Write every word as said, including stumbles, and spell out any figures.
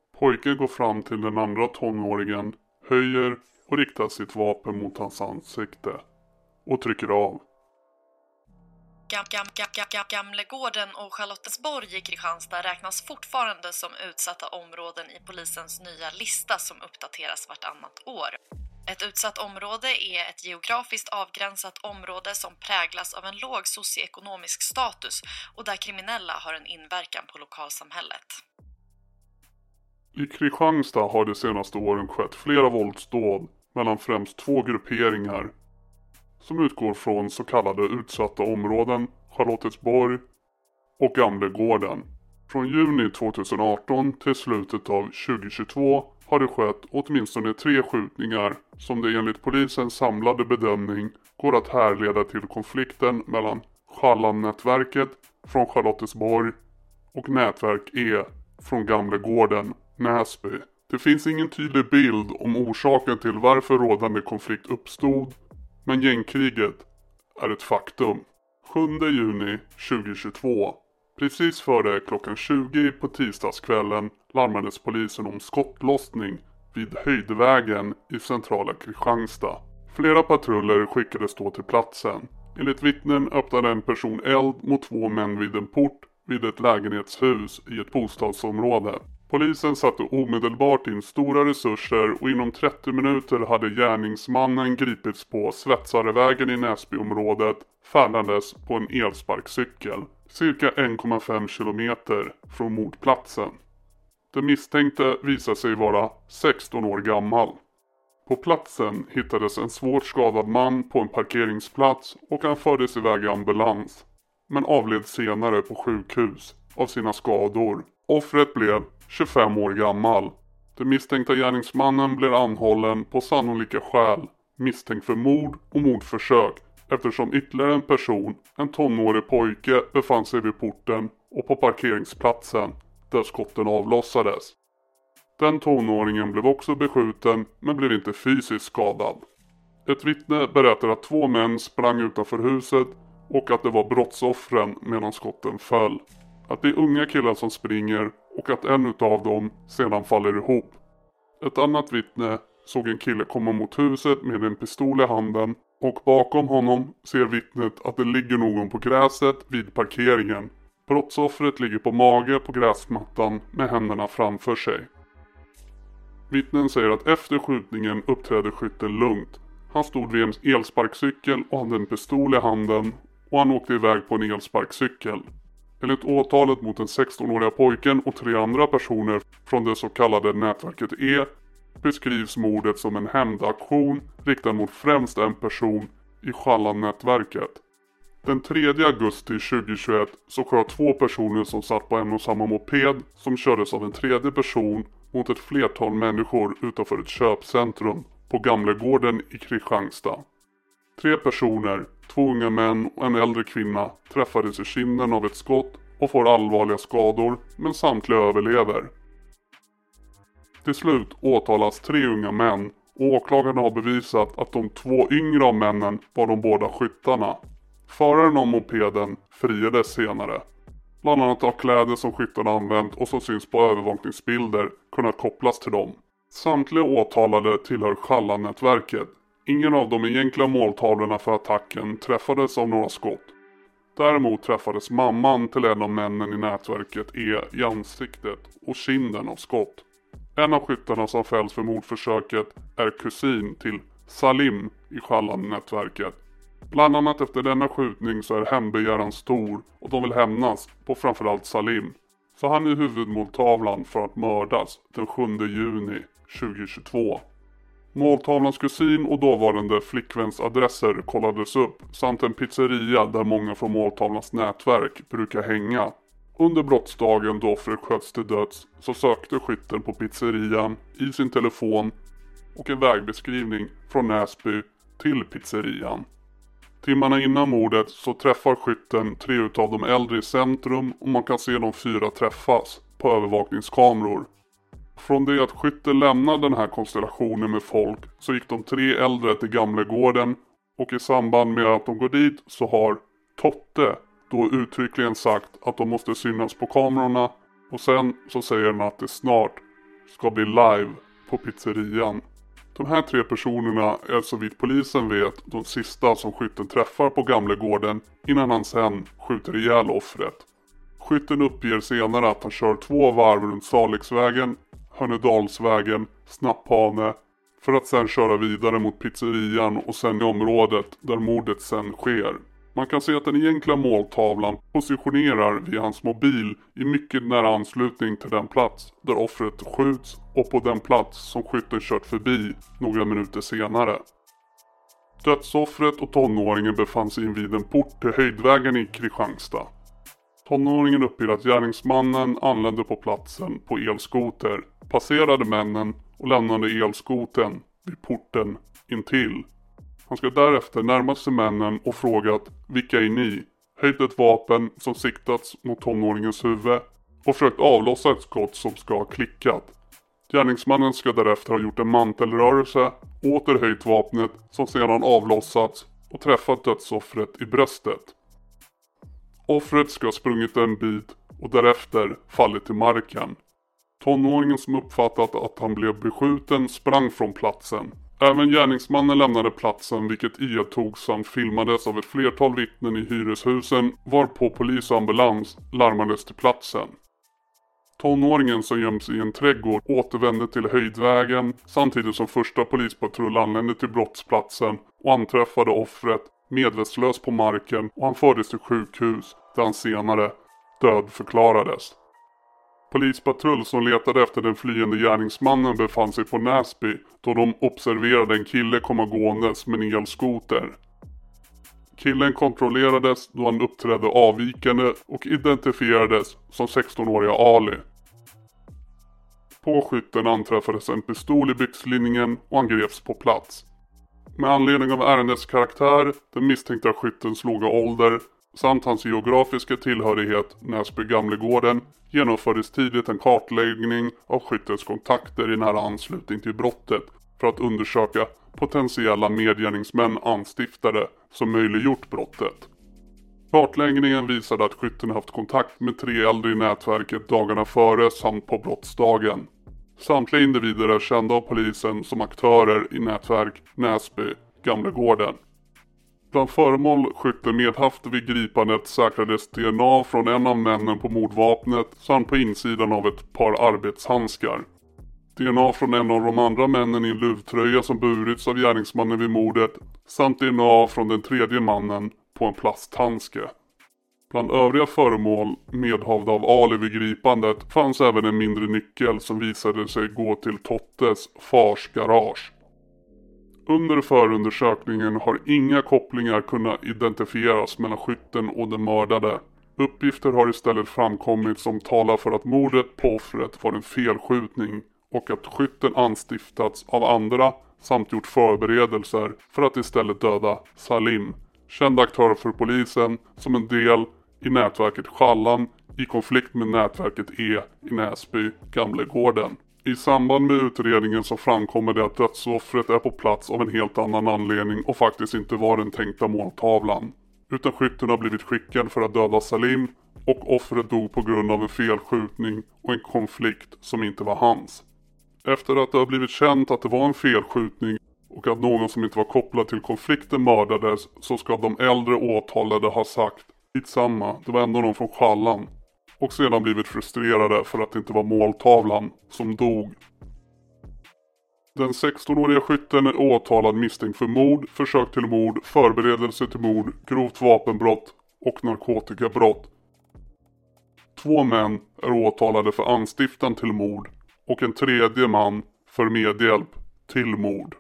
Pojken går fram till den andra tonåringen, höjer och riktar sitt vapen mot hans ansikte och trycker av. Gam, gam, gam, gam, gam, Gamlegården och Charlottesborg i Kristianstad räknas fortfarande som utsatta områden i polisens nya lista som uppdateras vartannat år. Ett utsatt område är ett geografiskt avgränsat område som präglas av en låg socioekonomisk status och där kriminella har en inverkan på lokalsamhället. I Kristianstad har de senaste åren skett flera våldsdåd mellan främst två grupperingar som utgår från så kallade utsatta områden, Charlottesborg och Gamlegården. Från juni tjugoarton till slutet av tjugohundratjugotvå har det skett åtminstone tre skjutningar som det enligt polisens samlade bedömning går att härleda till konflikten mellan Schallan-nätverket från Charlottesborg och nätverk E från Gamlegården, Näsby. Det finns ingen tydlig bild om orsaken till varför rådande konflikt uppstod, men gängkriget är ett faktum. sjunde juni tjugohundratjugotvå, precis före klockan tjugo på tisdagskvällen, larmades polisen om skottlossning vid Höjdvägen i centrala Kristianstad. Flera patruller skickades då till platsen. Enligt vittnen öppnade en person eld mot två män vid en port vid ett lägenhetshus i ett bostadsområde. Polisen satte omedelbart in stora resurser och inom trettio minuter hade gärningsmannen gripits på Svetsarevägen i Näsbyområdet, färdandes på en elsparkcykel, cirka en komma fem kilometer från mordplatsen. Den misstänkte visade sig vara sexton år gammal. På platsen hittades en svårt skadad man på en parkeringsplats och han fördes iväg i ambulans, men avled senare på sjukhus av sina skador. Offret blev tjugofem år gammal. Den misstänkta gärningsmannen blev anhållen på sannolika skäl, misstänkt för mord och mordförsök, eftersom ytterligare en person, en tonårig pojke, befann sig vid porten och på parkeringsplatsen där skotten avlossades. Den tonåringen blev också beskjuten men blev inte fysiskt skadad. Ett vittne berättar att två män sprang utanför huset och att det var brottsoffren medan skotten föll. Att det är unga killar som springer och att en av dem sedan faller ihop. Ett annat vittne såg en kille komma mot huset med en pistol i handen och bakom honom ser vittnet att det ligger någon på gräset vid parkeringen. Brottsoffret ligger på mage på gräsmattan med händerna framför sig. Vittnen säger att efter skjutningen uppträdde skytten lugnt. Han stod vid en elsparkcykel och hade en pistol i handen och han åkte iväg på en elsparkcykel. Enligt åtalet mot den sexton-åriga pojken och tre andra personer från det så kallade nätverket E beskrivs mordet som en hämndaktion riktad mot främst en person i Schallan-nätverket. Den tredje augusti tjugohundratjugoett så sköt två personer som satt på en och samma moped som kördes av en tredje person mot ett flertal människor utanför ett köpcentrum på Gamlegården i Kristianstad. Tre personer, två unga män och en äldre kvinna träffades i kinden av ett skott och får allvarliga skador, men samtliga överlever. Till slut åtalas tre unga män och åklagarna har bevisat att de två yngre av männen var de båda skyttarna. Föraren av mopeden friades senare. Bland annat har kläder som skyttarna använt och som syns på övervakningsbilder kunnat kopplas till dem. Samtliga åtalade tillhör Schallan-nätverket. Ingen av de egentliga måltavlorna för attacken träffades av några skott. Däremot träffades mamman till en av männen i nätverket E i ansiktet och kinden av skott. En av skyttarna som fälls för mordförsöket är kusin till Salim i Schallan-nätverket. Bland annat efter denna skjutning så är hembegäran stor och de vill hämnas på framförallt Salim. Så han är huvudmåltavlan för att mördas den sjunde juni tjugohundratjugotvå. Måltavlans kusin och dåvarande flickväns adresser kollades upp samt en pizzeria där många från måltavlans nätverk brukar hänga. Under brottsdagen då offret sköts till döds så sökte skytten på pizzerian i sin telefon och en vägbeskrivning från Näsby till pizzerian. Timmarna innan mordet så träffar skytten tre utav de äldre i centrum och man kan se de fyra träffas på övervakningskameror. Från det att skytten lämnade den här konstellationen med folk så gick de tre äldre till Gamlegården och i samband med att de går dit så har Totte då uttryckligen sagt att de måste synas på kamerorna och sen så säger han att det snart ska bli live på pizzerian. De här tre personerna är så vitt polisen vet de sista som skytten träffar på Gamlegården innan han sen skjuter ihjäl offret. Skytten uppger senare att han kör två varv runt Salixvägen, Hörnedalsvägen, Snapphane för att sen köra vidare mot pizzerian och sen i området där mordet sen sker. Man kan se att den egentliga måltavlan positionerar vid hans mobil i mycket nära anslutning till den plats där offret skjuts och på den plats som skytten kört förbi några minuter senare. Dödsoffret och tonåringen befann sig invid en port till Höjdvägen i Kristianstad. Tonåringen uppger att gärningsmannen anlände på platsen på elskoter, passerade männen och lämnade elskoten vid porten intill. Han ska därefter närma sig männen och frågat vilka är ni, höjt ett vapen som siktats mot tonåringens huvud och försökt avlossa ett skott som ska ha klickat. Gärningsmannen ska därefter ha gjort en mantelrörelse, åter höjt vapnet som sedan avlossats och träffat dödsoffret i bröstet. Offret ska ha sprungit en bit och därefter fallit till marken. Tonåringen som uppfattat att han blev beskjuten sprang från platsen. Även gärningsmannen lämnade platsen vilket iakttags samt filmades av ett flertal vittnen i hyreshusen varpå polis och ambulans larmades till platsen. Tonåringen som göms i en trädgård återvände till Höjdvägen samtidigt som första polispatrull anlände till brottsplatsen och anträffade offret medvetslös på marken och han fördes till sjukhus där han senare död förklarades. Polispatrull som letade efter den flyende gärningsmannen befann sig på Näsby då de observerade en kille komma gåendes med en elskoter. Killen kontrollerades då han uppträdde avvikande och identifierades som sexton-åriga Ali. På skytten anträffades en pistol i byxlinningen och han greps på plats. Med anledning av ärendets karaktär, den misstänkta skyttens låga ålder samt hans geografiska tillhörighet Näsby Gamlegården genomfördes tidigt en kartläggning av skyttens kontakter i nära anslutning till brottet för att undersöka potentiella medgärningsmän anstiftade som möjliggjort brottet. Kartläggningen visade att skytten haft kontakt med tre äldre i nätverket dagarna före samt på brottsdagen. Samtliga individer är kända av polisen som aktörer i nätverk Näsby Gamlegården. Bland föremål skytten medhaft vid gripandet säkrades D N A från en av männen på mordvapnet samt på insidan av ett par arbetshandskar. D N A från en av de andra männen i en luvtröja som burits av gärningsmannen vid mordet samt D N A från den tredje mannen på en plasthandske. Bland övriga föremål medhavda av Ali vid gripandet fanns även en mindre nyckel som visade sig gå till Tottes fars garage. Under förundersökningen har inga kopplingar kunnat identifieras mellan skytten och den mördade. Uppgifter har istället framkommit som talar för att mordet på offret var en felskjutning och att skytten anstiftats av andra samt gjort förberedelser för att istället döda Salim, känd aktör för polisen som en del i nätverket Shallam i konflikt med nätverket E i Näsby Gamlegården. I samband med utredningen så framkommer det att dödsoffret är på plats av en helt annan anledning och faktiskt inte var den tänkta måltavlan. Utan skytten har blivit skickad för att döda Salim och offret dog på grund av en felskjutning och en konflikt som inte var hans. Efter att det har blivit känt att det var en felskjutning och att någon som inte var kopplad till konflikten mördades så ska de äldre åtalade ha sagt "Skitsamma, det var ändå någon från Shallam" och sedan blivit frustrerade för att det inte var måltavlan som dog. Den sexton-åriga skytten är åtalad misstänkt för mord, försök till mord, förberedelse till mord, grovt vapenbrott och narkotikabrott. Två män är åtalade för anstiftan till mord och en tredje man för medhjälp till mord.